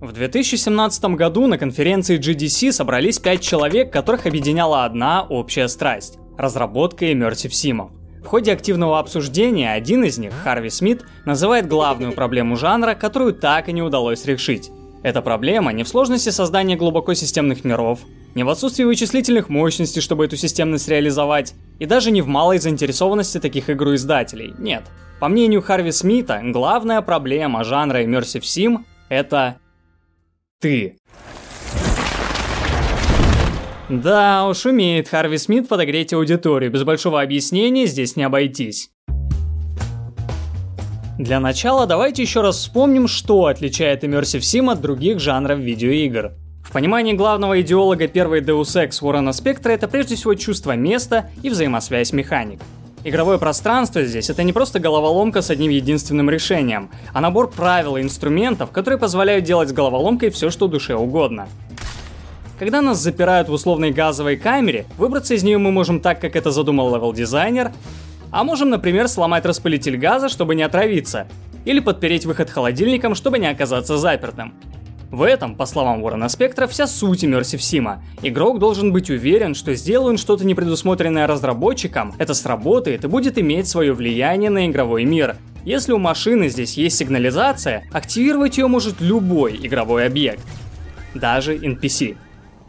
В 2017 году на конференции GDC собрались 5 человек, которых объединяла одна общая страсть – разработка Immersive Sim'ов. В ходе активного обсуждения один из них, Харви Смит, называет главную проблему жанра, которую так и не удалось решить. Эта проблема не в сложности создания глубоко системных миров, не в отсутствии вычислительных мощностей, чтобы эту системность реализовать, и даже не в малой заинтересованности таких игроиздателей. Нет. По мнению Харви Смита, главная проблема жанра Immersive Sim – это ты. Да уж, умеет Харви Смит подогреть аудиторию, без большого объяснения здесь не обойтись. Для начала давайте еще раз вспомним, что отличает Immersive Sim от других жанров видеоигр. В понимании главного идеолога первой Deus Ex Уоррена Спектра это прежде всего чувство места и взаимосвязь механик. Игровое пространство здесь — это не просто головоломка с одним единственным решением, а набор правил и инструментов, которые позволяют делать с головоломкой все, что душе угодно. Когда нас запирают в условной газовой камере, выбраться из нее мы можем так, как это задумал левел-дизайнер, а можем, например, сломать распылитель газа, чтобы не отравиться, или подпереть выход холодильником, чтобы не оказаться запертым. В этом, по словам Уоррена Спектра, вся суть Immersive Sim'а. Игрок должен быть уверен, что сделает что-то непредусмотренное разработчиком, это сработает и будет иметь свое влияние на игровой мир. Если у машины здесь есть сигнализация, активировать ее может любой игровой объект, даже NPC.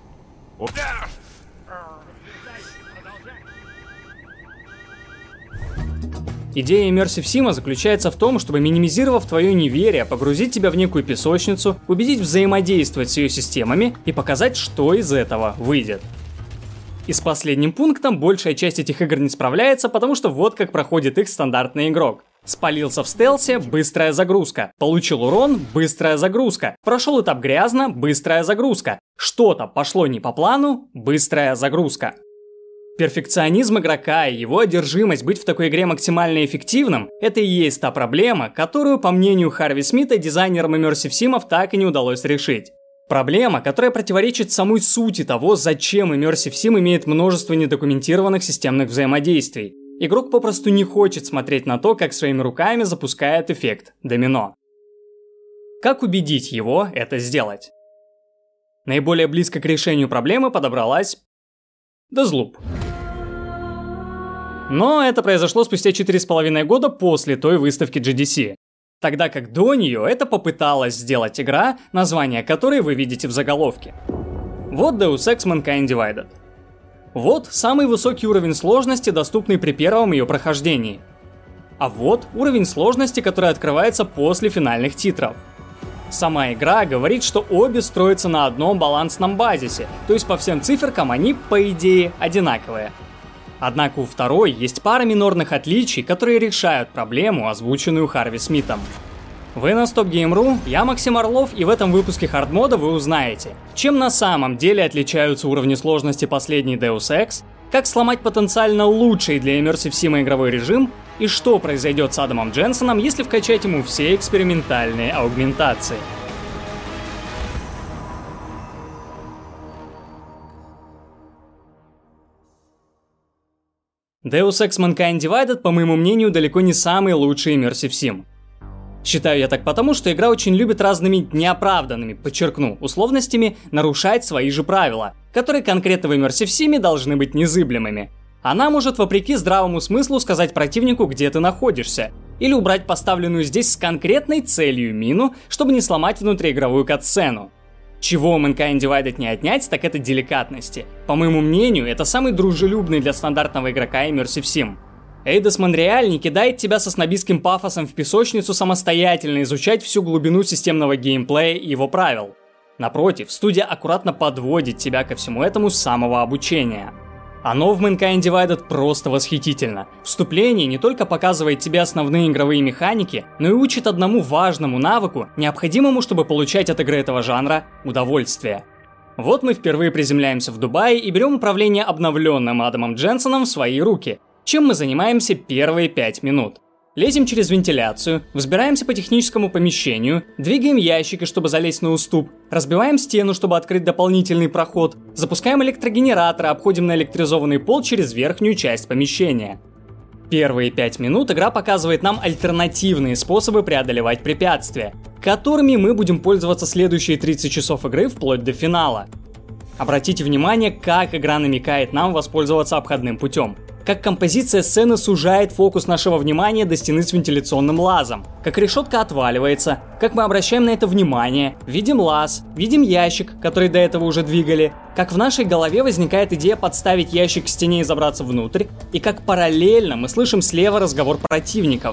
Идея Immersive Sim'а заключается в том, чтобы, минимизировав твое неверие, погрузить тебя в некую песочницу, убедить взаимодействовать с ее системами и показать, что из этого выйдет. И с последним пунктом большая часть этих игр не справляется, потому что вот как проходит их стандартный игрок. Спалился в стелсе – быстрая загрузка. Получил урон – быстрая загрузка. Прошел этап грязно – быстрая загрузка. Что-то пошло не по плану – быстрая загрузка. Перфекционизм игрока и его одержимость быть в такой игре максимально эффективным – это и есть та проблема, которую, по мнению Харви Смита, дизайнерам Immersive Sim'ов так и не удалось решить. Проблема, которая противоречит самой сути того, зачем Immersive Sim имеет множество недокументированных системных взаимодействий. Игрок попросту не хочет смотреть на то, как своими руками запускает эффект домино. Как убедить его это сделать? Наиболее близко к решению проблемы подобралась Deathloop. Но это произошло спустя 4,5 года после той выставки GDC. Тогда как до нее это попыталась сделать игра, название которой вы видите в заголовке. Вот Deus Ex Mankind Divided. Вот самый высокий уровень сложности, доступный при первом ее прохождении. А вот уровень сложности, который открывается после финальных титров. Сама игра говорит, что обе строятся на одном балансном базисе, то есть по всем циферкам они, по идее, одинаковые. Однако у второй есть пара минорных отличий, которые решают проблему, озвученную Харви Смитом. Вы на StopGame.ru, я Максим Орлов, и в этом выпуске хардмода вы узнаете, чем на самом деле отличаются уровни сложности последней Deus Ex, как сломать потенциально лучший для Immersive Sim игровой режим, и что произойдет с Адамом Дженсеном, если вкачать ему все экспериментальные аугментации. Deus Ex Mankind Divided, по моему мнению, далеко не самый лучший Immersive Sim. Считаю я так потому, что игра очень любит разными неоправданными, подчеркну, условностями нарушать свои же правила, которые конкретно в Immersive Sim должны быть незыблемыми. Она может, вопреки здравому смыслу, сказать противнику, где ты находишься, или убрать поставленную здесь с конкретной целью мину, чтобы не сломать внутриигровую катсцену. Чего у Mankind Divided не отнять, так это деликатности. По моему мнению, это самый дружелюбный для стандартного игрока Immersive Sim. Eidos Montreal не кидает тебя со снобистским пафосом в песочницу самостоятельно изучать всю глубину системного геймплея и его правил. Напротив, студия аккуратно подводит тебя ко всему этому с самого обучения. Оно в Mankind Divided просто восхитительно. Вступление не только показывает тебе основные игровые механики, но и учит одному важному навыку, необходимому, чтобы получать от игры этого жанра удовольствие. Вот мы впервые приземляемся в Дубае и берем управление обновленным Адамом Дженсеном в свои руки. Чем мы занимаемся первые 5 минут? Лезем через вентиляцию, взбираемся по техническому помещению, двигаем ящики, чтобы залезть на уступ, разбиваем стену, чтобы открыть дополнительный проход, запускаем электрогенераторы, обходим наэлектризованный пол через верхнюю часть помещения. Первые 5 минут игра показывает нам альтернативные способы преодолевать препятствия. которыми мы будем пользоваться следующие 30 часов игры вплоть до финала. Обратите внимание, как игра намекает нам воспользоваться обходным путем. Как композиция сцены сужает фокус нашего внимания до стены с вентиляционным лазом. Как решетка отваливается, как мы обращаем на это внимание, видим лаз, видим ящик, который до этого уже двигали, как в нашей голове возникает идея подставить ящик к стене и забраться внутрь, и как параллельно мы слышим слева разговор противников.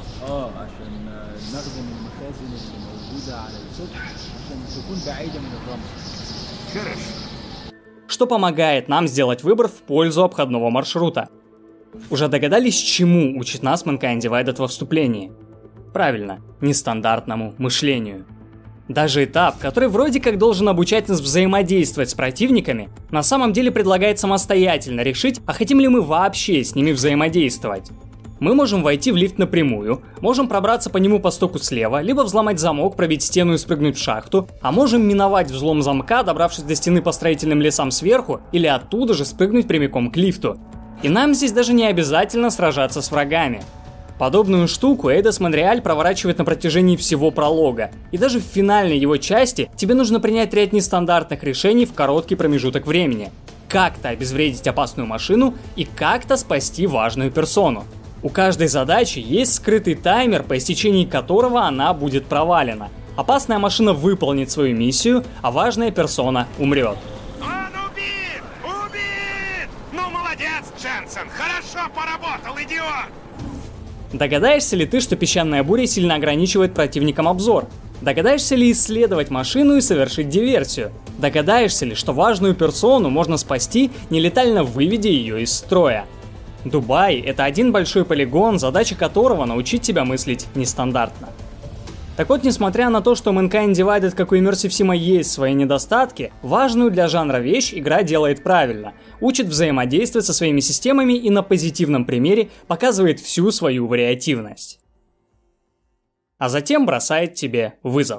Что помогает нам сделать выбор в пользу обходного маршрута. Уже догадались, чему учит нас Mankind Divided во вступлении? Правильно, нестандартному мышлению. Даже этап, который вроде как должен обучать нас взаимодействовать с противниками, на самом деле предлагает самостоятельно решить, а хотим ли мы вообще с ними взаимодействовать. Мы можем войти в лифт напрямую, можем пробраться по нему по стоку слева, либо взломать замок, пробить стену и спрыгнуть в шахту, а можем миновать взлом замка, добравшись до стены по строительным лесам сверху, или оттуда же спрыгнуть прямиком к лифту. И нам здесь даже не обязательно сражаться с врагами. Подобную штуку Эйдос Монреаль проворачивает на протяжении всего пролога, и даже в финальной его части тебе нужно принять ряд нестандартных решений в короткий промежуток времени. Как-то обезвредить опасную машину и как-то спасти важную персону. У каждой задачи есть скрытый таймер, по истечении которого она будет провалена. Опасная машина выполнит свою миссию, а важная персона умрет. Дженсен, хорошо поработал, идиот! Догадаешься ли ты, что песчаная буря сильно ограничивает противникам обзор? Догадаешься ли исследовать машину и совершить диверсию? Догадаешься ли, что важную персону можно спасти, нелетально выведя ее из строя? Дубай — это один большой полигон, задача которого научить тебя мыслить нестандартно. Так вот, несмотря на то, что Mankind Divided, как у Immersive Sim, есть свои недостатки, важную для жанра вещь игра делает правильно, учит взаимодействовать со своими системами и на позитивном примере показывает всю свою вариативность. А затем бросает тебе вызов.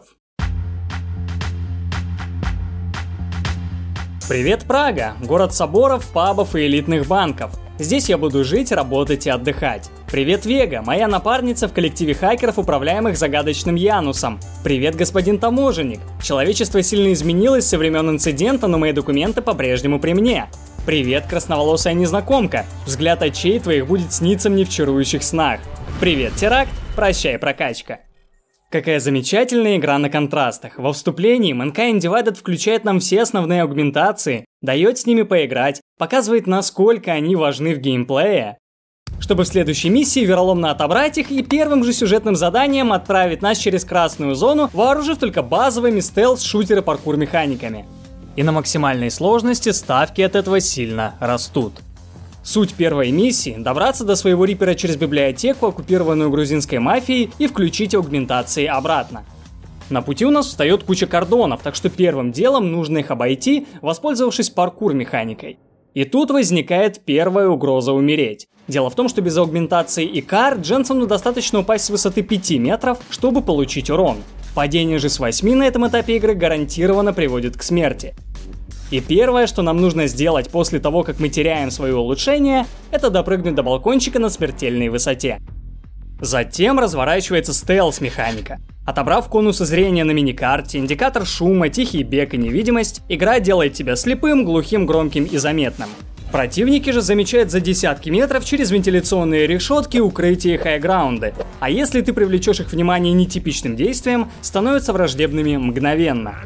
Привет, Прага! Город соборов, пабов и элитных банков. Здесь я буду жить, работать и отдыхать. Привет, Вега, моя напарница в коллективе хакеров, управляемых загадочным Янусом. Привет, господин таможенник. Человечество сильно изменилось со времен инцидента, но мои документы по-прежнему при мне. Привет, красноволосая незнакомка. Взгляд очей твоих будет сниться мне в чарующих снах. Привет, теракт. Прощай, прокачка. Какая замечательная игра на контрастах. Во вступлении Mankind Divided включает нам все основные аугментации, дает с ними поиграть, показывает, насколько они важны в геймплее, чтобы в следующей миссии вероломно отобрать их и первым же сюжетным заданием отправить нас через красную зону, вооружив только базовыми стелс-шутер и паркур-механиками. И на максимальной сложности ставки от этого сильно растут. Суть первой миссии – добраться до своего рипера через библиотеку, оккупированную грузинской мафией, и включить аугментации обратно. На пути у нас встает куча кордонов, так что первым делом нужно их обойти, воспользовавшись паркур-механикой. И тут возникает первая угроза умереть. Дело в том, что без аугментации и кар Дженсену достаточно упасть с высоты 5 метров, чтобы получить урон. Падение же с 8 на этом этапе игры гарантированно приводит к смерти. И первое, что нам нужно сделать после того, как мы теряем свое улучшение, это допрыгнуть до балкончика на смертельной высоте. Затем разворачивается стелс-механика. Отобрав конусы зрения на миникарте, индикатор шума, тихий бег и невидимость, игра делает тебя слепым, глухим, громким и заметным. Противники же замечают за десятки метров через вентиляционные решетки, укрытия и хайграунды. А если ты привлечешь их внимание нетипичным действием, становятся враждебными мгновенно.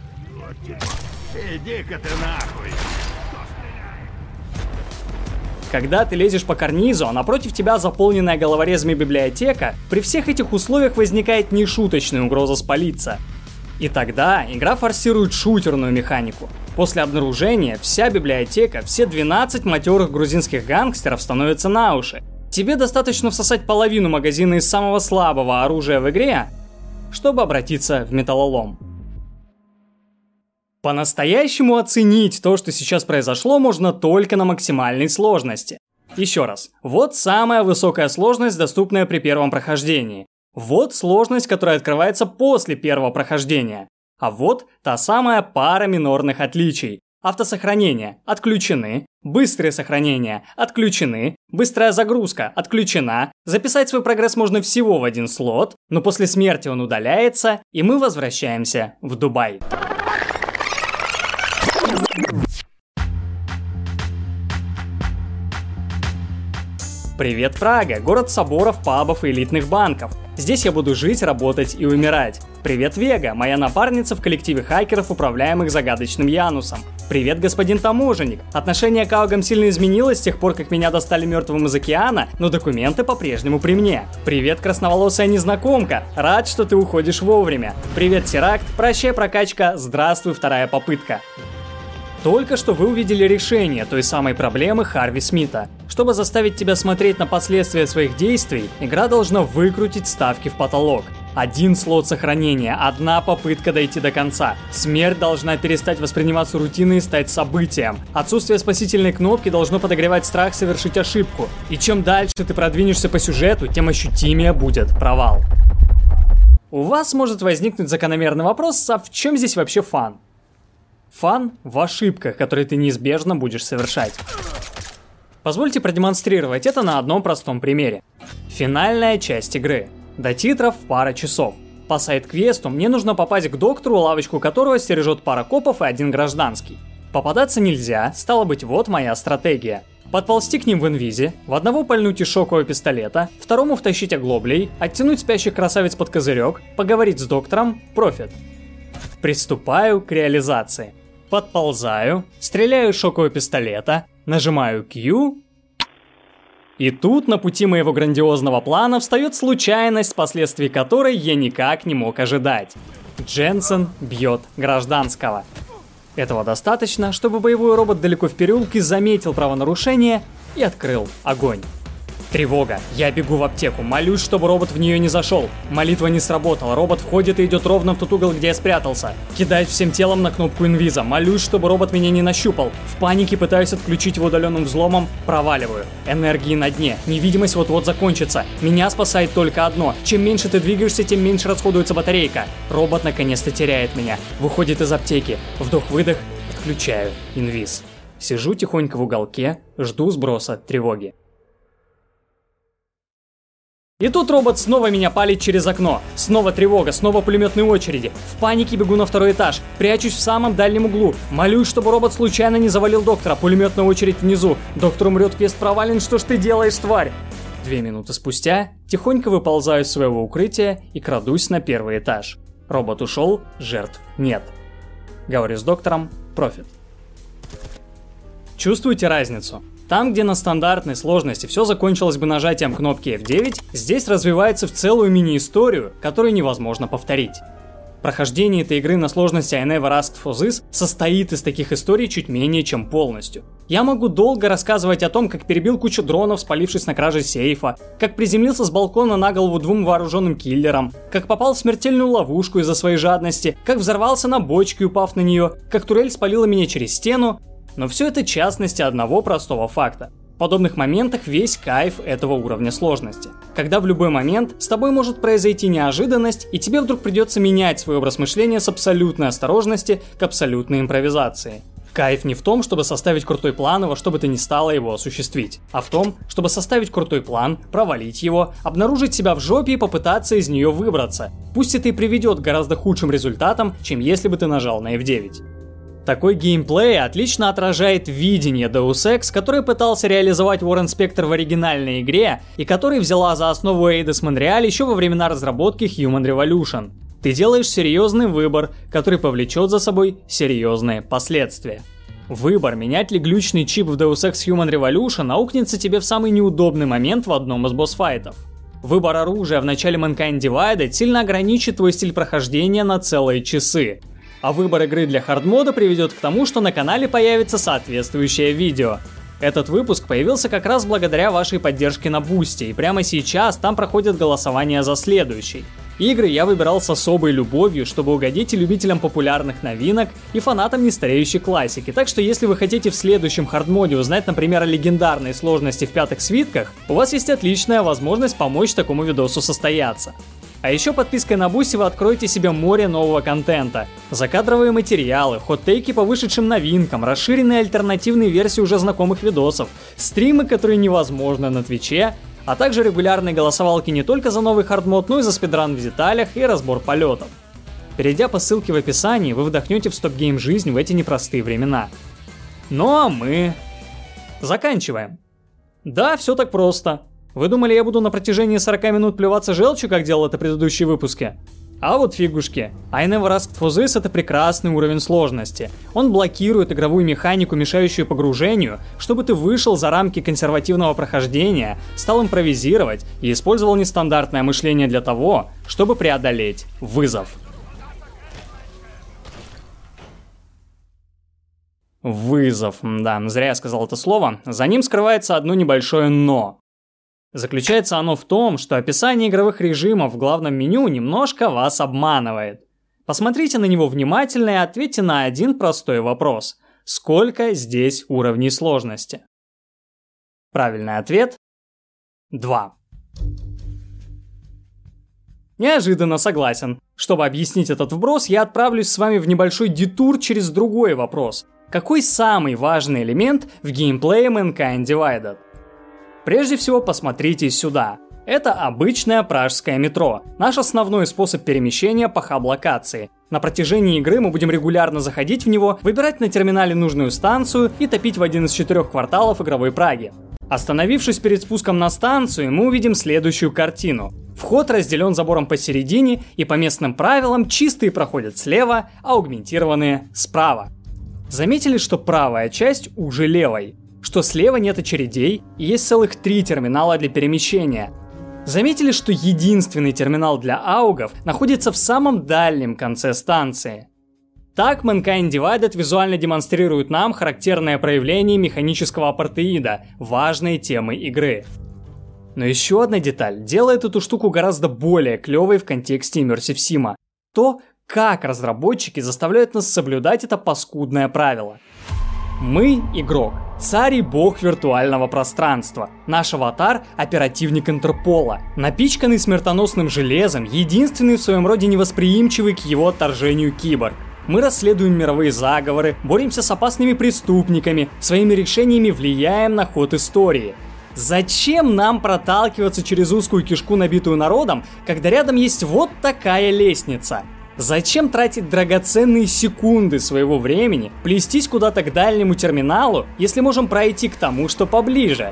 Иди-ка ты нахуй! Когда ты лезешь по карнизу, а напротив тебя заполненная головорезами библиотека, при всех этих условиях возникает нешуточная угроза спалиться. И тогда игра форсирует шутерную механику. После обнаружения вся библиотека, все 12 матерых грузинских гангстеров становятся на уши. Тебе достаточно всосать половину магазина из самого слабого оружия в игре, чтобы обратиться в металлолом. По-настоящему оценить то, что сейчас произошло, можно только на максимальной сложности. Еще раз, вот самая высокая сложность, доступная при первом прохождении. Вот сложность, которая открывается после первого прохождения. А вот та самая пара минорных отличий. Автосохранение отключены, быстрые сохранения отключены, быстрая загрузка отключена, записать свой прогресс можно всего в один слот, но после смерти он удаляется, и мы возвращаемся в Дубай. Привет, Прага, город соборов, пабов и элитных банков. Здесь я буду жить, работать и умирать. Привет, Вега, моя напарница в коллективе хакеров, управляемых загадочным Янусом. Привет, господин таможенник. Отношение к аугам сильно изменилось с тех пор, как меня достали мертвым из океана, но документы по-прежнему при мне. Привет, красноволосая незнакомка. Рад, что ты уходишь вовремя. Привет, теракт. Прощай, прокачка. Здравствуй, вторая попытка. Только что вы увидели решение той самой проблемы Харви Смита. Чтобы заставить тебя смотреть на последствия своих действий, игра должна выкрутить ставки в потолок. Один слот сохранения, одна попытка дойти до конца. Смерть должна перестать восприниматься рутиной и стать событием. Отсутствие спасительной кнопки должно подогревать страх совершить ошибку. И чем дальше ты продвинешься по сюжету, тем ощутимее будет провал. У вас может возникнуть закономерный вопрос, а в чем здесь вообще фан? Фан в ошибках, которые ты неизбежно будешь совершать. Позвольте продемонстрировать это на одном простом примере. Финальная часть игры. До титров пара часов. По сайд-квесту мне нужно попасть к доктору, лавочку которого стережет пара копов и один гражданский. Попадаться нельзя, стало быть, вот моя стратегия. Подползти к ним в инвизе, в одного пальнуть из шокового пистолета, второму втащить оглоблей, оттянуть спящих красавиц под козырек, поговорить с доктором, профит. Приступаю к реализации. Подползаю, стреляю из шокового пистолета, нажимаю Q. И тут на пути моего грандиозного плана встает случайность, последствий которой я никак не мог ожидать. Дженсен бьет гражданского. Этого достаточно, чтобы боевой робот далеко в переулке заметил правонарушение и открыл огонь. Тревога. Я бегу в аптеку, молюсь, чтобы робот в нее не зашел. Молитва не сработала, робот входит и идет ровно в тот угол, где я спрятался. Кидаюсь всем телом на кнопку инвиза, молюсь, чтобы робот меня не нащупал. В панике пытаюсь отключить его удаленным взломом, проваливаю. Энергии на дне, невидимость вот-вот закончится. Меня спасает только одно. Чем меньше ты двигаешься, тем меньше расходуется батарейка. Робот наконец-то теряет меня. Выходит из аптеки. Вдох-выдох, отключаю инвиз. Сижу тихонько в уголке, жду сброса тревоги. И тут робот снова меня палит через окно. Снова тревога, снова пулеметные очереди. В панике бегу на второй этаж. Прячусь в самом дальнем углу. Молюсь, чтобы робот случайно не завалил доктора. Пулеметная очередь внизу. Доктор умрет, квест провален. Что ж ты делаешь, тварь? 2 минуты спустя тихонько выползаю из своего укрытия и крадусь на первый этаж. Робот ушел, жертв нет. Говорю с доктором, профит. Чувствуете разницу? Там, где на стандартной сложности все закончилось бы нажатием кнопки F9, здесь развивается в целую мини-историю, которую невозможно повторить. Прохождение этой игры на сложности I Never Asked for This состоит из таких историй чуть менее чем полностью. Я могу долго рассказывать о том, как перебил кучу дронов, спалившись на краже сейфа, как приземлился с балкона на голову 2 вооруженным киллерам, как попал в смертельную ловушку из-за своей жадности, как взорвался на бочке, упав на нее, как турель спалила меня через стену. Но все это частности одного простого факта. В подобных моментах весь кайф этого уровня сложности. Когда в любой момент с тобой может произойти неожиданность, и тебе вдруг придется менять свой образ мышления с абсолютной осторожности к абсолютной импровизации. Кайф не в том, чтобы составить крутой план и во что бы то ни стало его осуществить, а в том, чтобы составить крутой план, провалить его, обнаружить себя в жопе и попытаться из нее выбраться. Пусть это и приведет к гораздо худшим результатам, чем если бы ты нажал на F9. Такой геймплей отлично отражает видение Deus Ex, который пытался реализовать Уоррен Спектор в оригинальной игре и который взяла за основу Eidos Montreal еще во времена разработки Human Revolution. Ты делаешь серьезный выбор, который повлечет за собой серьезные последствия. Выбор, менять ли глючный чип в Deus Ex Human Revolution аукнется тебе в самый неудобный момент в одном из босс-файтов. Выбор оружия в начале Mankind Divided сильно ограничит твой стиль прохождения на целые часы. А выбор игры для хардмода приведет к тому, что на канале появится соответствующее видео. Этот выпуск появился как раз благодаря вашей поддержке на Бусти, и прямо сейчас там проходит голосование за следующий. Игры я выбирал с особой любовью, чтобы угодить и любителям популярных новинок, и фанатам нестареющей классики, так что если вы хотите в следующем хардмоде узнать, например, о легендарной сложности в 5 свитках, у вас есть отличная возможность помочь такому видосу состояться. А еще подпиской на Буси вы откроете себе море нового контента. Закадровые материалы, хот-тейки по вышедшим новинкам, расширенные альтернативные версии уже знакомых видосов, стримы, которые невозможно на Твиче, а также регулярные голосовалки не только за новый хардмод, но и за спидран в деталях и разбор полетов. Перейдя по ссылке в описании, вы вдохнете в стоп-гейм жизнь в эти непростые времена. Ну а мы... заканчиваем. Да, все так просто. Вы думали, я буду на протяжении 40 минут плеваться желчью, как делал это в предыдущие выпуски? А вот фигушки. I Never Asked for This — это прекрасный уровень сложности. Он блокирует игровую механику, мешающую погружению, чтобы ты вышел за рамки консервативного прохождения, стал импровизировать и использовал нестандартное мышление для того, чтобы преодолеть вызов. Вызов. Да, зря я сказал это слово. За ним скрывается одно небольшое «но». Заключается оно в том, что описание игровых режимов в главном меню немножко вас обманывает. Посмотрите на него внимательно и ответьте на один простой вопрос. Сколько здесь уровней сложности? Правильный ответ – 2. Неожиданно согласен. Чтобы объяснить этот вброс, я отправлюсь с вами в небольшой детур через другой вопрос. Какой самый важный элемент в геймплее Mankind Divided? Прежде всего, посмотрите сюда. Это обычное пражское метро, наш основной способ перемещения по хаб-локации. На протяжении игры мы будем регулярно заходить в него, выбирать на терминале нужную станцию и топить в один из 4 кварталов игровой Праги. Остановившись перед спуском на станцию, мы увидим следующую картину. Вход разделен забором посередине, и по местным правилам чистые проходят слева, а аугментированные справа. Заметили, что правая часть уже левой? Что слева нет очередей и есть целых 3 терминала для перемещения. Заметили, что единственный терминал для аугов находится в самом дальнем конце станции. Так Mankind Divided визуально демонстрирует нам характерное проявление механического апартеида, важной темы игры. Но еще одна деталь делает эту штуку гораздо более клевой в контексте Immersive Sim. То, как разработчики заставляют нас соблюдать это паскудное правило. Мы игрок, царь и бог виртуального пространства. Наш аватар – оперативник Интерпола, напичканный смертоносным железом, единственный в своем роде невосприимчивый к его отторжению киборг. Мы расследуем мировые заговоры, боремся с опасными преступниками, своими решениями влияем на ход истории. Зачем нам проталкиваться через узкую кишку, набитую народом, когда рядом есть вот такая лестница? Зачем тратить драгоценные секунды своего времени, плестись куда-то к дальнему терминалу, если можем пройти к тому, что поближе?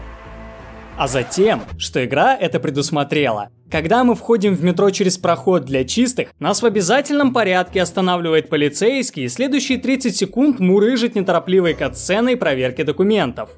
А затем, что игра это предусмотрела. Когда мы входим в метро через проход для чистых, нас в обязательном порядке останавливает полицейский и следующие 30 секунд мурыжит неторопливой катсценой проверки документов.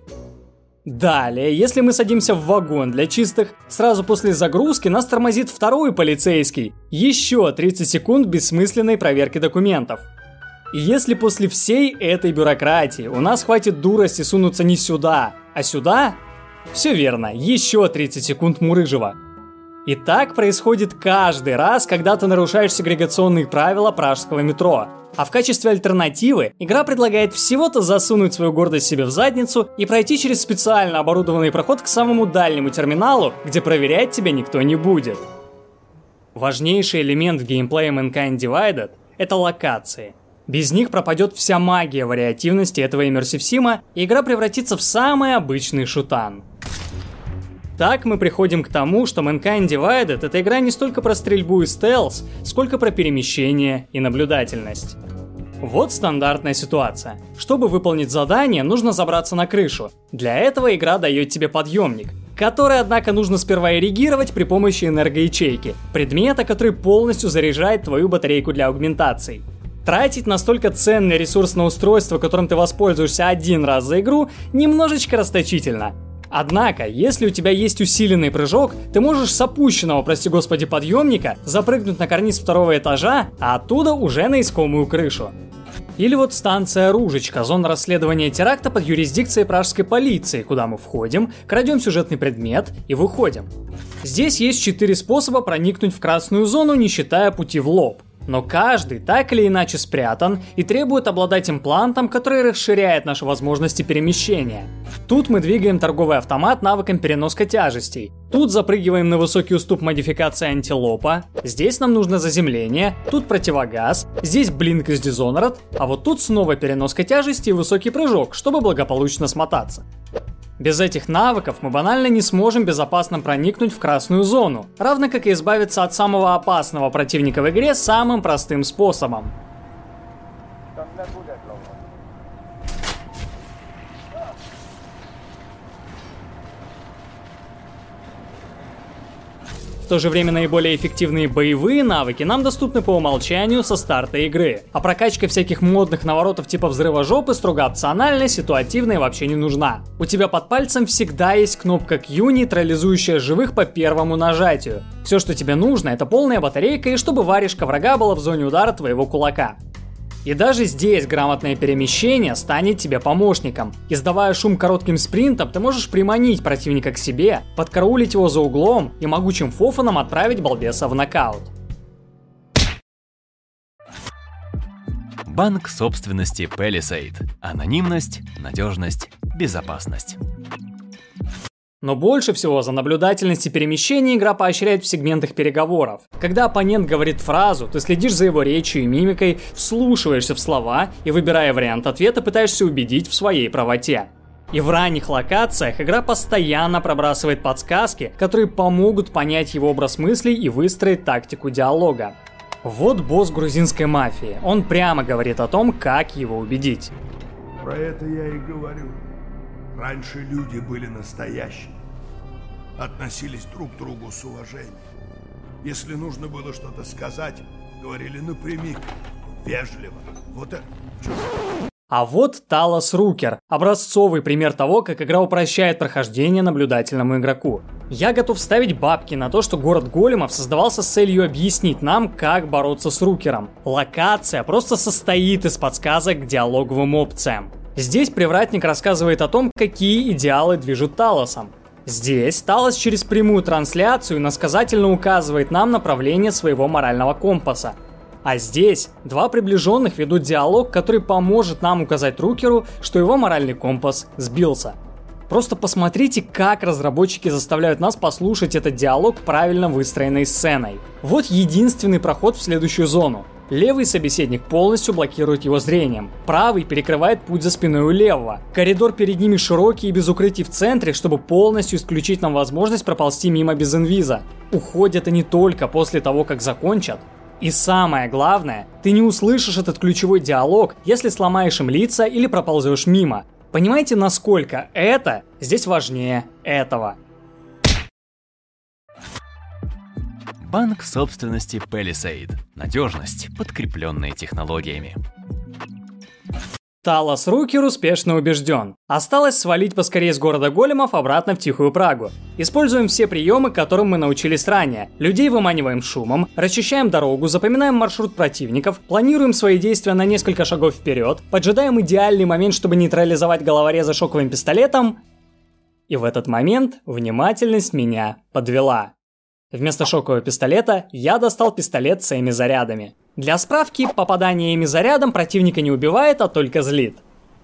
Далее, если мы садимся в вагон для чистых, сразу после загрузки нас тормозит второй полицейский. Еще 30 секунд бессмысленной проверки документов. И если после всей этой бюрократии у нас хватит дурости сунуться не сюда, а сюда, все верно, еще 30 секунд мурыжева. И так происходит каждый раз, когда ты нарушаешь сегрегационные правила пражского метро. А в качестве альтернативы игра предлагает всего-то засунуть свою гордость себе в задницу и пройти через специально оборудованный проход к самому дальнему терминалу, где проверять тебя никто не будет. Важнейший элемент в геймплее Mankind Divided — это локации. Без них пропадет вся магия вариативности этого Immersive Sim, и игра превратится в самый обычный шутан. Так мы приходим к тому, что Mankind Divided — это игра не столько про стрельбу и стелс, сколько про перемещение и наблюдательность. Вот стандартная ситуация. Чтобы выполнить задание, нужно забраться на крышу. Для этого игра дает тебе подъемник, который, однако, нужно сперва эрегировать при помощи энергоячейки, предмета, который полностью заряжает твою батарейку для аугментаций. Тратить настолько ценный ресурс на устройство, которым ты воспользуешься один раз за игру, немножечко расточительно. Однако, если у тебя есть усиленный прыжок, ты можешь с опущенного, прости господи, подъемника запрыгнуть на карниз 2-го этажа, а оттуда уже на искомую крышу. Или вот станция Ружечка, зона расследования теракта под юрисдикцией пражской полиции, куда мы входим, крадем сюжетный предмет и выходим. Здесь есть 4 способа проникнуть в красную зону, не считая пути в лоб. но каждый так или иначе спрятан и требует обладать имплантом, который расширяет наши возможности перемещения. Тут мы двигаем торговый автомат навыком переноска тяжестей. Тут запрыгиваем на высокий уступ модификации антилопа. Здесь нам нужно заземление. Тут противогаз. Здесь блинк из Dishonored. А вот тут снова переноска тяжести и высокий прыжок, чтобы благополучно смотаться. Без этих навыков мы банально не сможем безопасно проникнуть в красную зону, равно как и избавиться от самого опасного противника в игре самым простым способом. В то же время наиболее эффективные боевые навыки нам доступны по умолчанию со старта игры, а прокачка всяких модных наворотов типа взрыва жопы строго опциональная, ситуативная и вообще не нужна. У тебя под пальцем всегда есть кнопка Q, нейтрализующая живых по первому нажатию. Все, что тебе нужно, это полная батарейка и чтобы варежка врага была в зоне удара твоего кулака. И даже здесь грамотное перемещение станет тебе помощником. Издавая шум коротким спринтом, ты можешь приманить противника к себе, подкараулить его за углом и могучим фофаном отправить балбеса в нокаут. Банк собственности Palisade. Анонимность, надежность, безопасность. Но больше всего за наблюдательность и перемещение игра поощряет в сегментах переговоров. Когда оппонент говорит фразу, ты следишь за его речью и мимикой, вслушиваешься в слова и, выбирая вариант ответа, пытаешься убедить в своей правоте. И в ранних локациях игра постоянно пробрасывает подсказки, которые помогут понять его образ мыслей и выстроить тактику диалога. Вот босс грузинской мафии. Он прямо говорит о том, как его убедить. Про это я и говорю. Раньше люди были настоящими. Относились друг к другу с уважением. Если нужно было что-то сказать, говорили напрямик, вежливо. Вот это... А вот Талос Рукер. Образцовый пример того, как игра упрощает прохождение наблюдательному игроку. Я готов ставить бабки на то, что город големов создавался с целью объяснить нам, как бороться с Рукером. Локация просто состоит из подсказок к диалоговым опциям. Здесь привратник рассказывает о том, какие идеалы движут Талосом. Здесь Талос через прямую трансляцию иносказательно указывает нам направление своего морального компаса. А здесь два приближенных ведут диалог, который поможет нам указать Рукеру, что его моральный компас сбился. Просто посмотрите, как разработчики заставляют нас послушать этот диалог правильно выстроенной сценой. Вот единственный проход в следующую зону. Левый собеседник полностью блокирует его зрением. Правый перекрывает путь за спиной у левого. Коридор перед ними широкий и без укрытий в центре, чтобы полностью исключить нам возможность проползти мимо без инвиза. Уходят они только после того, как закончат. И самое главное, ты не услышишь этот ключевой диалог, если сломаешь им лица или проползешь мимо. Понимаете, насколько это здесь важнее этого? Банк собственности Palisade. Надежность, подкрепленная технологиями. Талос Рукер успешно убежден. Осталось свалить поскорее с города големов обратно в Тихую Прагу. Используем все приемы, которым мы научились ранее. Людей выманиваем шумом, расчищаем дорогу, запоминаем маршрут противников, планируем свои действия на несколько шагов вперед, поджидаем идеальный момент, чтобы нейтрализовать головореза шоковым пистолетом. И в этот момент внимательность меня подвела. Вместо шокового пистолета я достал пистолет с эми-зарядами. Для справки, попадание эми-зарядом противника не убивает, а только злит.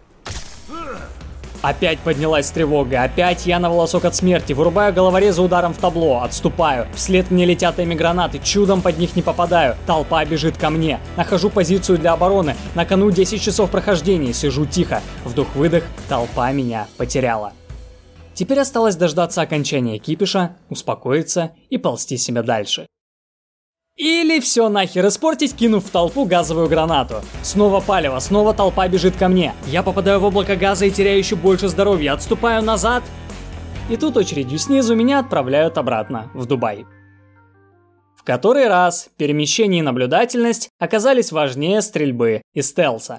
Опять поднялась тревога, опять я на волосок от смерти, вырубаю головореза ударом в табло, отступаю. Вслед мне летят эми-гранаты, чудом под них не попадаю. Толпа бежит ко мне, нахожу позицию для обороны, на кону 10 часов прохождения, сижу тихо. Вдох-выдох, толпа меня потеряла. Теперь осталось дождаться окончания кипиша, успокоиться и ползти себя дальше. Или все нахер испортить, кинув в толпу газовую гранату. Снова палево, снова толпа бежит ко мне. Я попадаю в облако газа и теряю еще больше здоровья, отступаю назад. И тут очередью снизу меня отправляют обратно в Дубай. В который раз перемещение и наблюдательность оказались важнее стрельбы и стелса.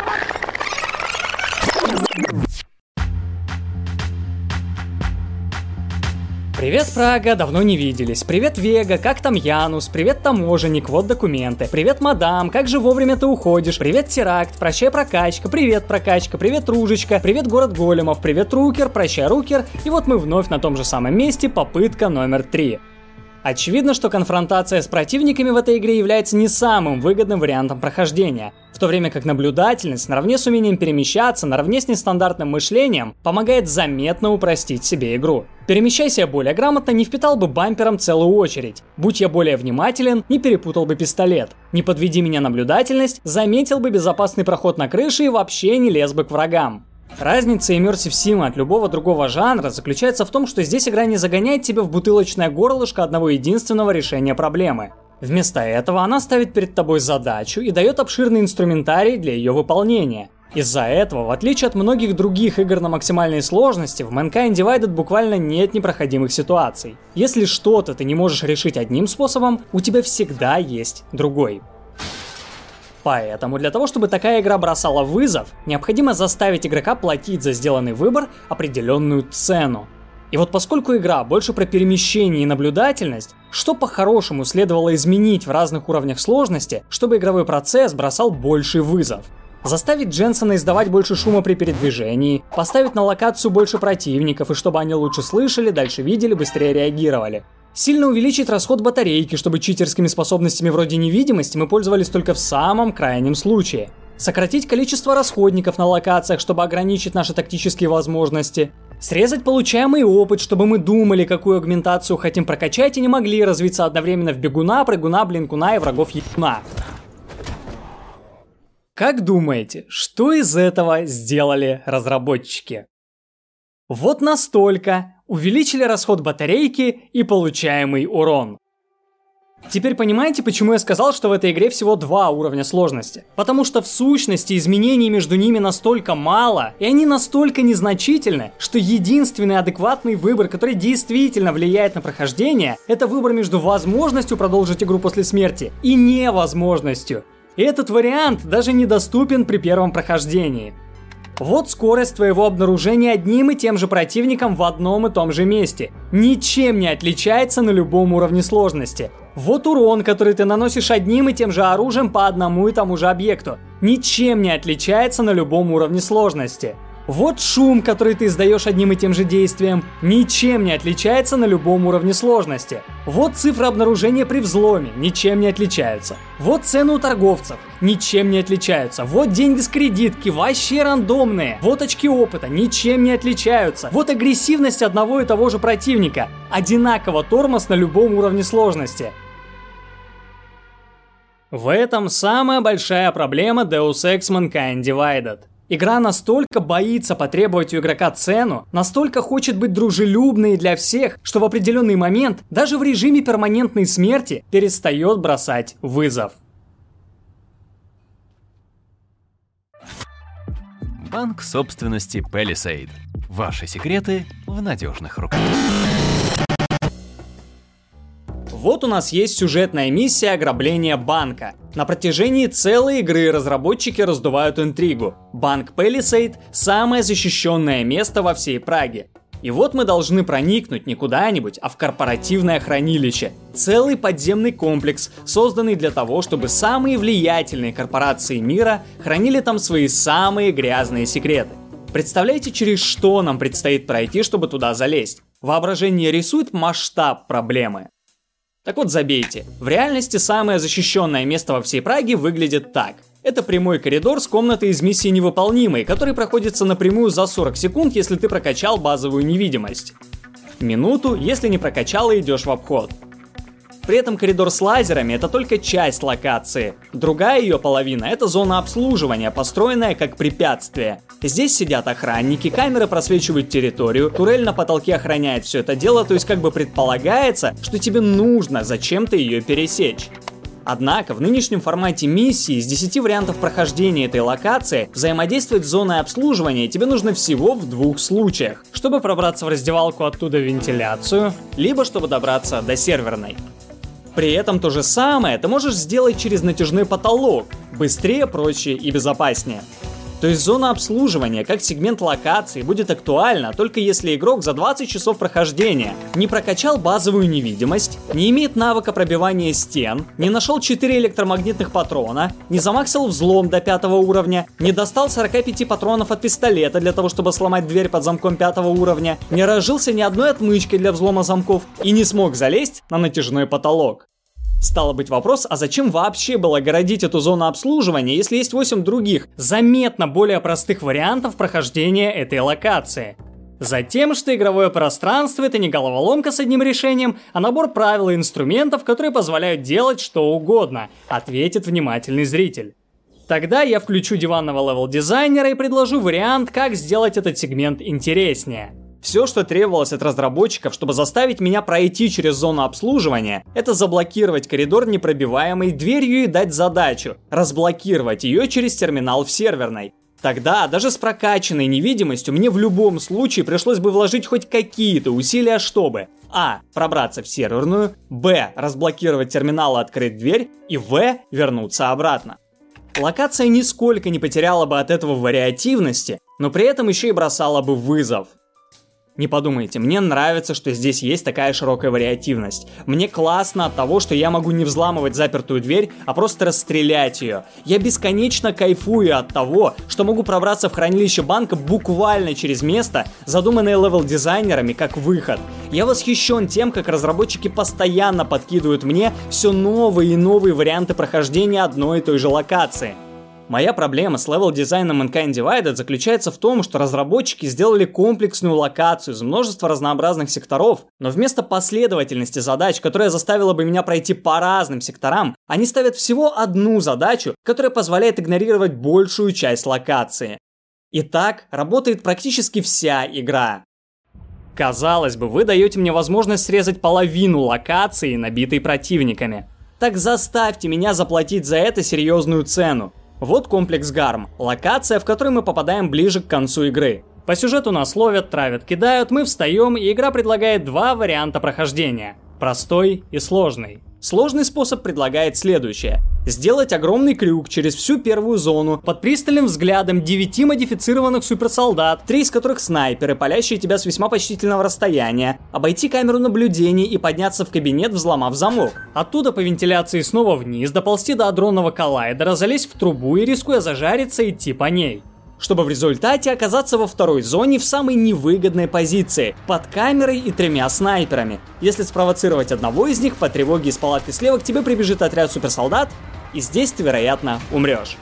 Привет, Прага, давно не виделись. Привет, Вега, как там Янус? Привет, таможенник, вот документы. Привет, мадам, как же вовремя ты уходишь? Привет, Теракт, прощай, прокачка. Привет, Ружечка. Привет, город големов. Привет, Рукер, прощай, Рукер. И вот мы вновь на том же самом месте, попытка номер 3. Очевидно, что конфронтация с противниками в этой игре является не самым выгодным вариантом прохождения, в то время как наблюдательность наравне с умением перемещаться, наравне с нестандартным мышлением, помогает заметно упростить себе игру. Перемещайся я более грамотно, не впитал бы бампером целую очередь. Будь я более внимателен, не перепутал бы пистолет. Не подведи меня наблюдательность, заметил бы безопасный проход на крыше и вообще не лез бы к врагам. Разница Immersive Sim от любого другого жанра заключается в том, что здесь игра не загоняет тебя в бутылочное горлышко одного единственного решения проблемы. Вместо этого она ставит перед тобой задачу и дает обширный инструментарий для ее выполнения. Из-за этого, в отличие от многих других игр на максимальной сложности, в Mankind Divided буквально нет непроходимых ситуаций. Если что-то ты не можешь решить одним способом, у тебя всегда есть другой. Поэтому для того, чтобы такая игра бросала вызов, необходимо заставить игрока платить за сделанный выбор определенную цену. И вот поскольку игра больше про перемещение и наблюдательность, что по-хорошему следовало изменить в разных уровнях сложности, чтобы игровой процесс бросал больший вызов? Заставить Дженсона издавать больше шума при передвижении, поставить на локацию больше противников, и чтобы они лучше слышали, дальше видели, быстрее реагировали. Сильно увеличить расход батарейки, чтобы читерскими способностями вроде невидимости мы пользовались только в самом крайнем случае. Сократить количество расходников на локациях, чтобы ограничить наши тактические возможности. Срезать получаемый опыт, чтобы мы думали, какую агментацию хотим прокачать, и не могли развиться одновременно в бегуна, прыгуна, блинкуна и врагов ебуна. Как думаете, что из этого сделали разработчики? Вот настолько увеличили расход батарейки и получаемый урон. Теперь понимаете, почему я сказал, что в этой игре всего 2 уровня сложности? Потому что в сущности изменений между ними настолько мало, и они настолько незначительны, что единственный адекватный выбор, который действительно влияет на прохождение, это выбор между возможностью продолжить игру после смерти и невозможностью. И этот вариант даже недоступен при первом прохождении. Вот скорость твоего обнаружения одним и тем же противником в одном и том же месте. Ничем не отличается на любом уровне сложности. Вот урон, который ты наносишь одним и тем же оружием по одному и тому же объекту. Ничем не отличается на любом уровне сложности. Вот шум, который ты издаешь одним и тем же действием, ничем не отличается на любом уровне сложности. Вот цифры обнаружения при взломе, ничем не отличаются. Вот цены у торговцев, ничем не отличаются. Вот деньги с кредитки, вообще рандомные. Вот очки опыта, ничем не отличаются. Вот агрессивность одного и того же противника, одинаково тормоз на любом уровне сложности. В этом самая большая проблема Deus Ex Mankind Divided. Игра настолько боится потребовать у игрока цену, настолько хочет быть дружелюбной для всех, что в определенный момент, даже в режиме перманентной смерти, перестает бросать вызов. Банк собственности Palisade. Ваши секреты в надежных руках. Вот у нас есть сюжетная миссия ограбления банка. На протяжении целой игры разработчики раздувают интригу. Банк Palisade – самое защищенное место во всей Праге. И вот мы должны проникнуть не куда-нибудь, а в корпоративное хранилище. Целый подземный комплекс, созданный для того, чтобы самые влиятельные корпорации мира хранили там свои самые грязные секреты. Представляете, через что нам предстоит пройти, чтобы туда залезть? Воображение рисует масштаб проблемы. Так вот, забейте. В реальности самое защищенное место во всей Праге выглядит так. Это прямой коридор с комнатой из миссии невыполнимой, который проходится напрямую за 40 секунд, если ты прокачал базовую невидимость. Минуту, если не прокачал и идешь в обход. При этом коридор с лазерами — это только часть локации. Другая ее половина — это зона обслуживания, построенная как препятствие. Здесь сидят охранники, камеры просвечивают территорию, турель на потолке охраняет все это дело, то есть как бы предполагается, что тебе нужно зачем-то ее пересечь. Однако в нынешнем формате миссии из 10 вариантов прохождения этой локации взаимодействовать с зоной обслуживания тебе нужно всего в 2 случаях. Чтобы пробраться в раздевалку, оттуда в вентиляцию, либо чтобы добраться до серверной. При этом то же самое ты можешь сделать через натяжной потолок, быстрее, проще и безопаснее. То есть зона обслуживания как сегмент локации будет актуальна только если игрок за 20 часов прохождения не прокачал базовую невидимость, не имеет навыка пробивания стен, не нашел 4 электромагнитных патрона, не замаксил взлом до 5 уровня, не достал 45 патронов от пистолета для того, чтобы сломать дверь под замком 5 уровня, не разжился ни одной отмычкой для взлома замков и не смог залезть на натяжной потолок. Стало быть вопрос, а зачем вообще было городить эту зону обслуживания, если есть 8 других, заметно более простых вариантов прохождения этой локации? Затем, что игровое пространство — это не головоломка с одним решением, а набор правил и инструментов, которые позволяют делать что угодно, ответит внимательный зритель. Тогда я включу диванного левел-дизайнера и предложу вариант, как сделать этот сегмент интереснее. Все, что требовалось от разработчиков, чтобы заставить меня пройти через зону обслуживания, это заблокировать коридор непробиваемой дверью и дать задачу разблокировать ее через терминал в серверной. Тогда, даже с прокачанной невидимостью, мне в любом случае пришлось бы вложить хоть какие-то усилия, чтобы а. пробраться в серверную, б. разблокировать терминал и открыть дверь, и в. вернуться обратно. Локация нисколько не потеряла бы от этого вариативности, но при этом еще и бросала бы вызов. Не подумайте, мне нравится, что здесь есть такая широкая вариативность. Мне классно от того, что я могу не взламывать запертую дверь, а просто расстрелять ее. Я бесконечно кайфую от того, что могу пробраться в хранилище банка буквально через место, задуманное левел-дизайнерами как выход. Я восхищен тем, как разработчики постоянно подкидывают мне все новые и новые варианты прохождения одной и той же локации. Моя проблема с левел-дизайном Mankind Divided заключается в том, что разработчики сделали комплексную локацию из множества разнообразных секторов, но вместо последовательности задач, которая заставила бы меня пройти по разным секторам, они ставят всего одну задачу, которая позволяет игнорировать большую часть локации. И так работает практически вся игра. Казалось бы, вы даете мне возможность срезать половину локации, набитой противниками. Так заставьте меня заплатить за это серьезную цену. Вот комплекс Гарм, локация, в которой мы попадаем ближе к концу игры. По сюжету нас ловят, травят, кидают, мы встаем, и игра предлагает два варианта прохождения. Простой и сложный. Сложный способ предлагает следующее. Сделать огромный крюк через всю первую зону под пристальным взглядом 9 модифицированных суперсолдат, 3 из которых снайперы, палящие тебя с весьма почтительного расстояния, обойти камеру наблюдений и подняться в кабинет, взломав замок. Оттуда по вентиляции снова вниз, доползти до адронного коллайдера, залезть в трубу и, рискуя зажариться, идти по ней. Чтобы в результате оказаться во второй зоне в самой невыгодной позиции, под камерой и 3 снайперами. Если спровоцировать одного из них, по тревоге из палатки слева к тебе прибежит отряд суперсолдат, и здесь ты, вероятно, умрешь.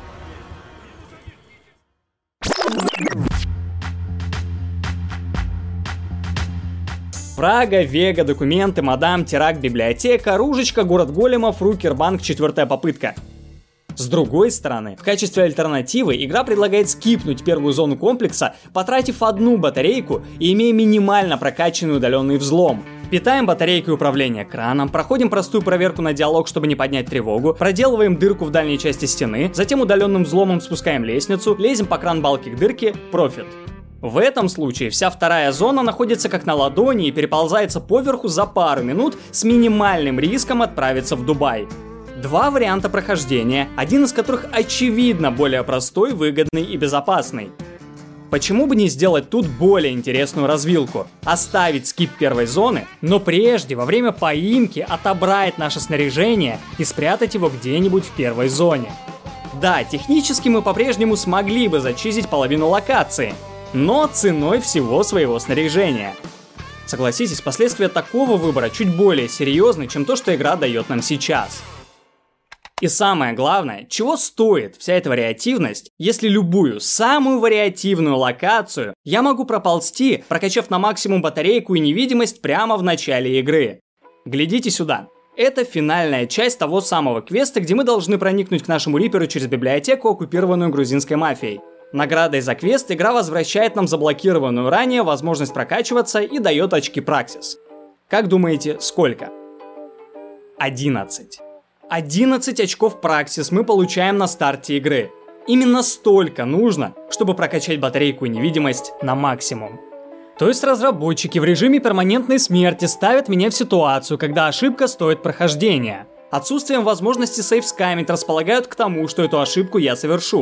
Прага, Вега, документы, мадам, теракт, библиотека, Ружечка, город големов, Рукербанк, 4-я попытка. С другой стороны, в качестве альтернативы игра предлагает скипнуть первую зону комплекса, потратив одну батарейку и имея минимально прокачанный удаленный взлом. Питаем батарейкой управления краном, проходим простую проверку на диалог, чтобы не поднять тревогу, проделываем дырку в дальней части стены, затем удаленным взломом спускаем лестницу, лезем по кран-балке к дырке, профит. В этом случае вся вторая зона находится как на ладони и переползается поверху за пару минут с минимальным риском отправиться в Дубай. Два варианта прохождения, один из которых очевидно более простой, выгодный и безопасный. Почему бы не сделать тут более интересную развилку? Оставить скип первой зоны, но прежде, во время поимки, отобрать наше снаряжение и спрятать его где-нибудь в первой зоне. Да, технически мы по-прежнему смогли бы зачистить половину локации, но ценой всего своего снаряжения. Согласитесь, последствия такого выбора чуть более серьезны, чем то, что игра дает нам сейчас. И самое главное, чего стоит вся эта вариативность, если любую, самую вариативную локацию я могу проползти, прокачав на максимум батарейку и невидимость прямо в начале игры. Глядите сюда. Это финальная часть того самого квеста, где мы должны проникнуть к нашему Риперу через библиотеку, оккупированную грузинской мафией. Наградой за квест игра возвращает нам заблокированную ранее возможность прокачиваться и дает очки Праксис. Как думаете, сколько? 11. 11 очков Праксис мы получаем на старте игры. Именно столько нужно, чтобы прокачать батарейку и невидимость на максимум. То есть разработчики в режиме перманентной смерти ставят меня в ситуацию, когда ошибка стоит прохождения. Отсутствием возможности сейфскамить располагают к тому, что эту ошибку я совершу.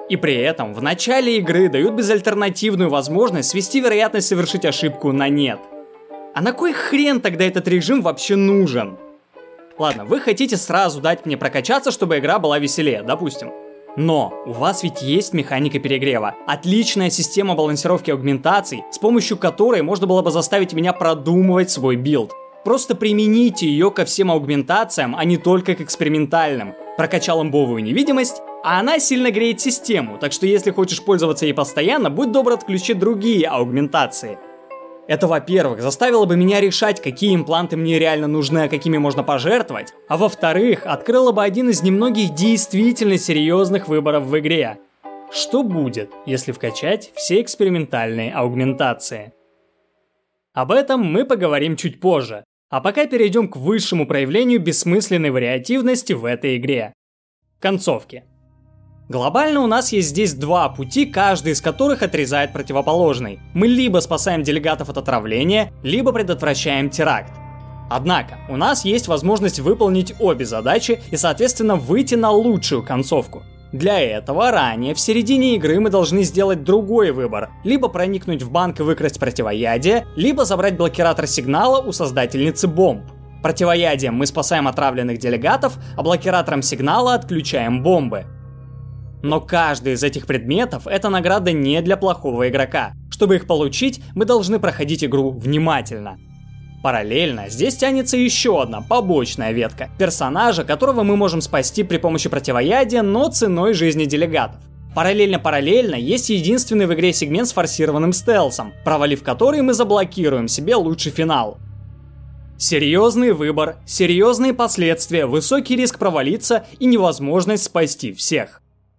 И при этом в начале игры дают безальтернативную возможность свести вероятность совершить ошибку на нет. А на кой хрен тогда этот режим вообще нужен? Ладно, вы хотите сразу дать мне прокачаться, чтобы игра была веселее, допустим. Но у вас ведь есть механика перегрева. Отличная система балансировки аугментаций, с помощью которой можно было бы заставить меня продумывать свой билд. Просто примените ее ко всем аугментациям, а не только к экспериментальным. Прокачал имбовую невидимость, а она сильно греет систему, так что если хочешь пользоваться ей постоянно, будь добр отключи другие аугментации. Это, во-первых, заставило бы меня решать, какие импланты мне реально нужны, а какими можно пожертвовать. А во-вторых, открыло бы один из немногих действительно серьезных выборов в игре. Что будет, если вкачать все экспериментальные аугментации? Об этом мы поговорим чуть позже. А пока перейдем к высшему проявлению бессмысленной вариативности в этой игре. Концовки. Глобально у нас есть здесь два пути, каждый из которых отрезает противоположный. Мы либо спасаем делегатов от отравления, либо предотвращаем теракт. Однако, у нас есть возможность выполнить обе задачи и, соответственно, выйти на лучшую концовку. Для этого ранее, в середине игры, мы должны сделать другой выбор. Либо проникнуть в банк и выкрасть противоядие, либо забрать блокиратор сигнала у создательницы бомб. Противоядием мы спасаем отравленных делегатов, а блокиратором сигнала отключаем бомбы. Но каждый из этих предметов — это награда не для плохого игрока. Чтобы их получить, мы должны проходить игру внимательно. Параллельно здесь тянется еще одна побочная ветка персонажа, которого мы можем спасти при помощи противоядия, но ценой жизни делегатов. Параллельно есть единственный в игре сегмент с форсированным стелсом, провалив который мы заблокируем себе лучший финал. Серьезный выбор, серьезные последствия, высокий риск провалиться и невозможность спасти всех.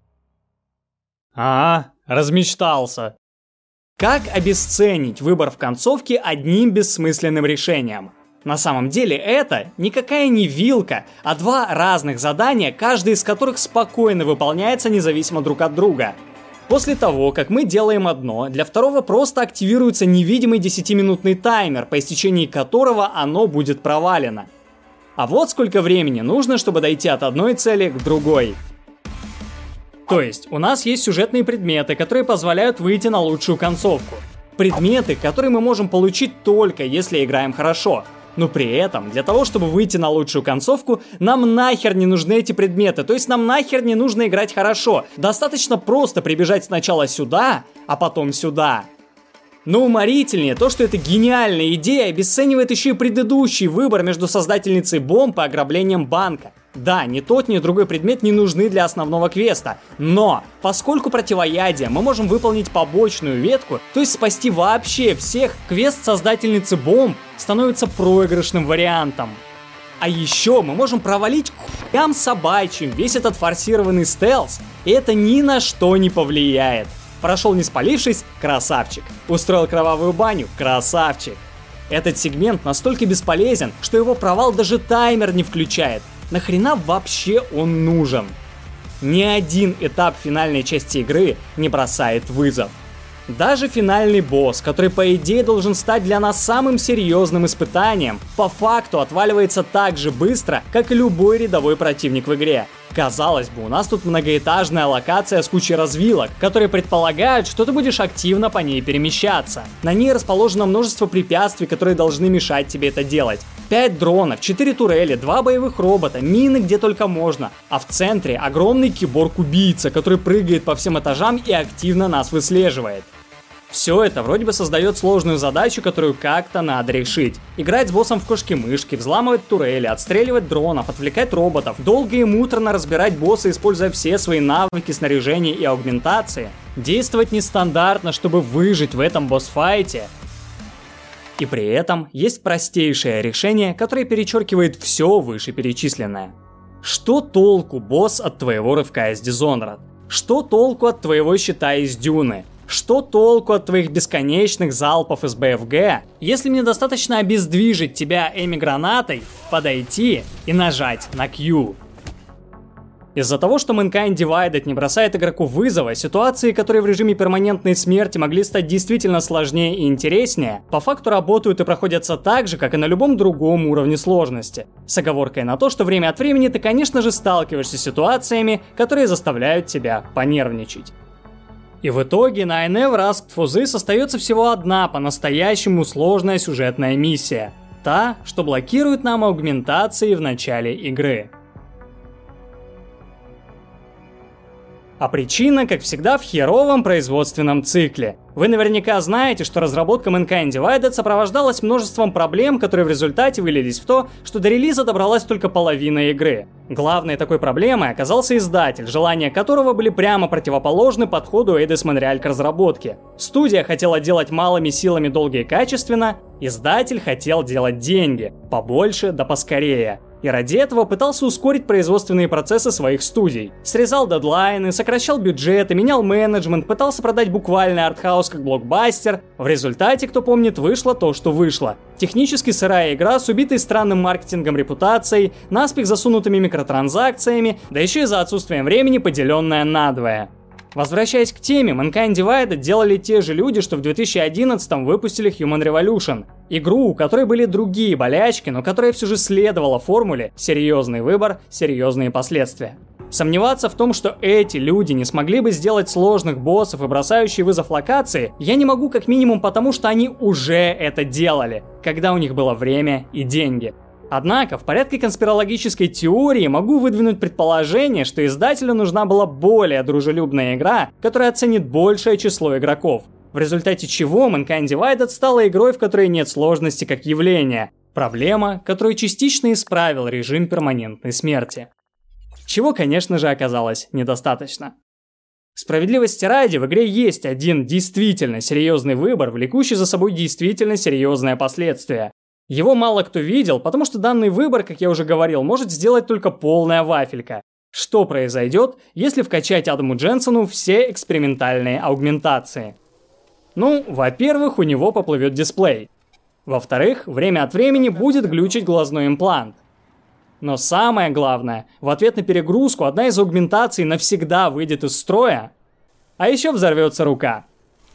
Размечтался. Как обесценить выбор в концовке одним бессмысленным решением? На самом деле это никакая не вилка, а два разных задания, каждый из которых спокойно выполняется независимо друг от друга. После того, как мы делаем одно, для второго просто активируется невидимый 10-минутный таймер, по истечении которого оно будет провалено. А вот сколько времени нужно, чтобы дойти от одной цели к другой. То есть, у нас есть сюжетные предметы, которые позволяют выйти на лучшую концовку. Предметы, которые мы можем получить только если играем хорошо. Но при этом, для того, чтобы выйти на лучшую концовку, нам нахер не нужны эти предметы. То есть, нам нахер не нужно играть хорошо. Достаточно просто прибежать сначала сюда, а потом сюда. Но уморительнее то, что эта гениальная идея обесценивает еще и предыдущий выбор между создательницей бомб и ограблением банка. Да, ни тот, ни другой предмет не нужны для основного квеста, но поскольку противоядие мы можем выполнить побочную ветку, то есть спасти вообще всех, квест создательницы бомб становится проигрышным вариантом. А еще мы можем провалить к хуям собачьим весь этот форсированный стелс, и это ни на что не повлияет. Прошел не спалившись, красавчик. Устроил кровавую баню, красавчик. Этот сегмент настолько бесполезен, что его провал даже таймер не включает. Нахрена вообще он нужен? Ни один этап финальной части игры не бросает вызов. Даже финальный босс, который по идее должен стать для нас самым серьезным испытанием, по факту отваливается так же быстро, как и любой рядовой противник в игре. Казалось бы, у нас тут многоэтажная локация с кучей развилок, которые предполагают, что ты будешь активно по ней перемещаться. На ней расположено множество препятствий, которые должны мешать тебе это делать. 5 дронов, 4 турели, 2 боевых робота, мины где только можно. А в центре огромный киборг-убийца, который прыгает по всем этажам и активно нас выслеживает. Все это вроде бы создает сложную задачу, которую как-то надо решить. Играть с боссом в кошки-мышки, взламывать турели, отстреливать дронов, отвлекать роботов, долго и муторно разбирать босса, используя все свои навыки, снаряжения и аугментации. Действовать нестандартно, чтобы выжить в этом босс-файте. И при этом есть простейшее решение, которое перечеркивает все вышеперечисленное. Что толку, босс, от твоего рывка из Dishonored? Что толку от твоего щита из Дюны? Что толку от твоих бесконечных залпов из БФГ, если мне достаточно обездвижить тебя эми-гранатой, подойти и нажать на Q? Из-за того, что Mankind Divided не бросает игроку вызова, ситуации, которые в режиме перманентной смерти могли стать действительно сложнее и интереснее, по факту работают и проходятся так же, как и на любом другом уровне сложности. С оговоркой на то, что время от времени ты, конечно же, сталкиваешься с ситуациями, которые заставляют тебя понервничать. И в итоге на I Never Asked for This остается всего одна по-настоящему сложная сюжетная миссия. Та, что блокирует нам аугментации в начале игры. А причина, как всегда, в херовом производственном цикле. Вы наверняка знаете, что разработка Mankind Divided сопровождалась множеством проблем, которые в результате вылились в то, что до релиза добралась только половина игры. Главной такой проблемой оказался издатель, желания которого были прямо противоположны подходу Eidos Montreal к разработке. Студия хотела делать малыми силами долго и качественно, издатель хотел делать деньги, побольше да поскорее. И ради этого пытался ускорить производственные процессы своих студий. Срезал дедлайны, сокращал бюджеты, менял менеджмент, пытался продать буквально артхаус как блокбастер. В результате, кто помнит, вышло то, что вышло. Технически сырая игра с убитой странным маркетингом репутацией, наспех засунутыми микротранзакциями, да еще и за отсутствием времени, поделенная надвое. Возвращаясь к теме, Mankind Divided делали те же люди, что в 2011-м выпустили Human Revolution. Игру, у которой были другие болячки, но которая все же следовала формуле «серьезный выбор, серьезные последствия». Сомневаться в том, что эти люди не смогли бы сделать сложных боссов и бросающие вызов локации, я не могу как минимум потому, что они уже это делали, когда у них было время и деньги. Однако, в порядке конспирологической теории могу выдвинуть предположение, что издателю нужна была более дружелюбная игра, которая оценит большее число игроков. В результате чего Mankind Divided стала игрой, в которой нет сложности как явления. Проблема, которую частично исправил режим перманентной смерти. Чего, конечно же, оказалось недостаточно. Справедливости ради, в игре есть один действительно серьезный выбор, влекущий за собой действительно серьезное последствие. Его мало кто видел, потому что данный выбор, как я уже говорил, может сделать только полная вафелька. Что произойдет, если вкачать Адаму Дженсену все экспериментальные аугментации? Ну, во-первых, у него поплывет дисплей. Во-вторых, время от времени будет глючить глазной имплант. Но самое главное, в ответ на перегрузку одна из аугментаций навсегда выйдет из строя, а еще взорвется рука.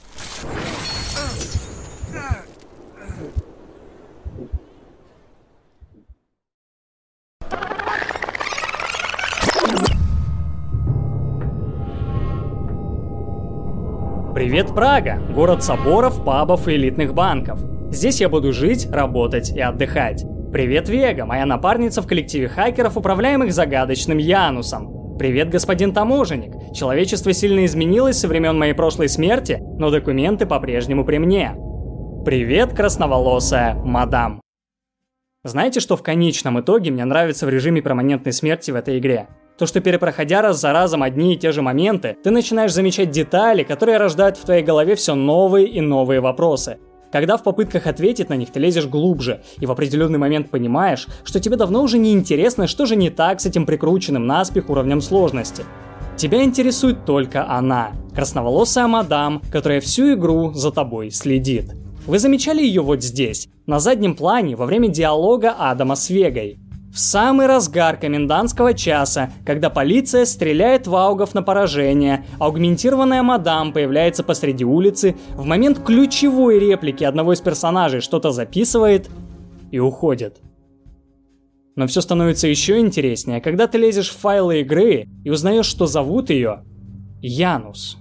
Привет, Прага! Город соборов, пабов и элитных банков. Здесь я буду жить, работать и отдыхать. Привет, Вега, моя напарница в коллективе хакеров, управляемых загадочным Янусом. Привет, господин таможенник. Человечество сильно изменилось со времен моей прошлой смерти, но документы по-прежнему при мне. Привет, красноволосая мадам. Знаете, что в конечном итоге мне нравится в режиме перманентной смерти в этой игре? То, что перепроходя раз за разом одни и те же моменты, ты начинаешь замечать детали, которые рождают в твоей голове все новые и новые вопросы. Когда в попытках ответить на них ты лезешь глубже, и в определенный момент понимаешь, что тебе давно уже не интересно, что же не так с этим прикрученным наспех уровнем сложности. Тебя интересует только она, красноволосая мадам, которая всю игру за тобой следит. Вы замечали ее вот здесь, на заднем плане, во время диалога Адама с Вегой? В самый разгар комендантского часа, когда полиция стреляет в аугов на поражение, аугментированная мадам появляется посреди улицы, в момент ключевой реплики одного из персонажей что-то записывает и уходит. Но все становится еще интереснее, когда ты лезешь в файлы игры и узнаешь, что зовут ее Янус.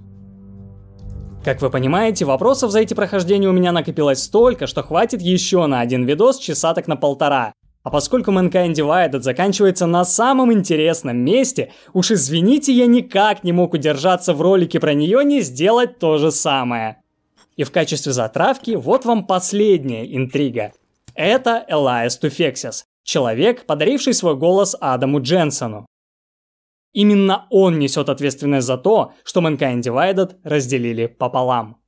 Как вы понимаете, вопросов за эти прохождения у меня накопилось столько, что хватит еще на один видос часа так на полтора. А поскольку Mankind Divided заканчивается на самом интересном месте, уж извините, я никак не мог удержаться в ролике про нее не сделать то же самое. И в качестве затравки вот вам последняя интрига. Это Elias Tufexis, человек, подаривший свой голос Адаму Дженсену. Именно он несет ответственность за то, что Mankind Divided разделили пополам.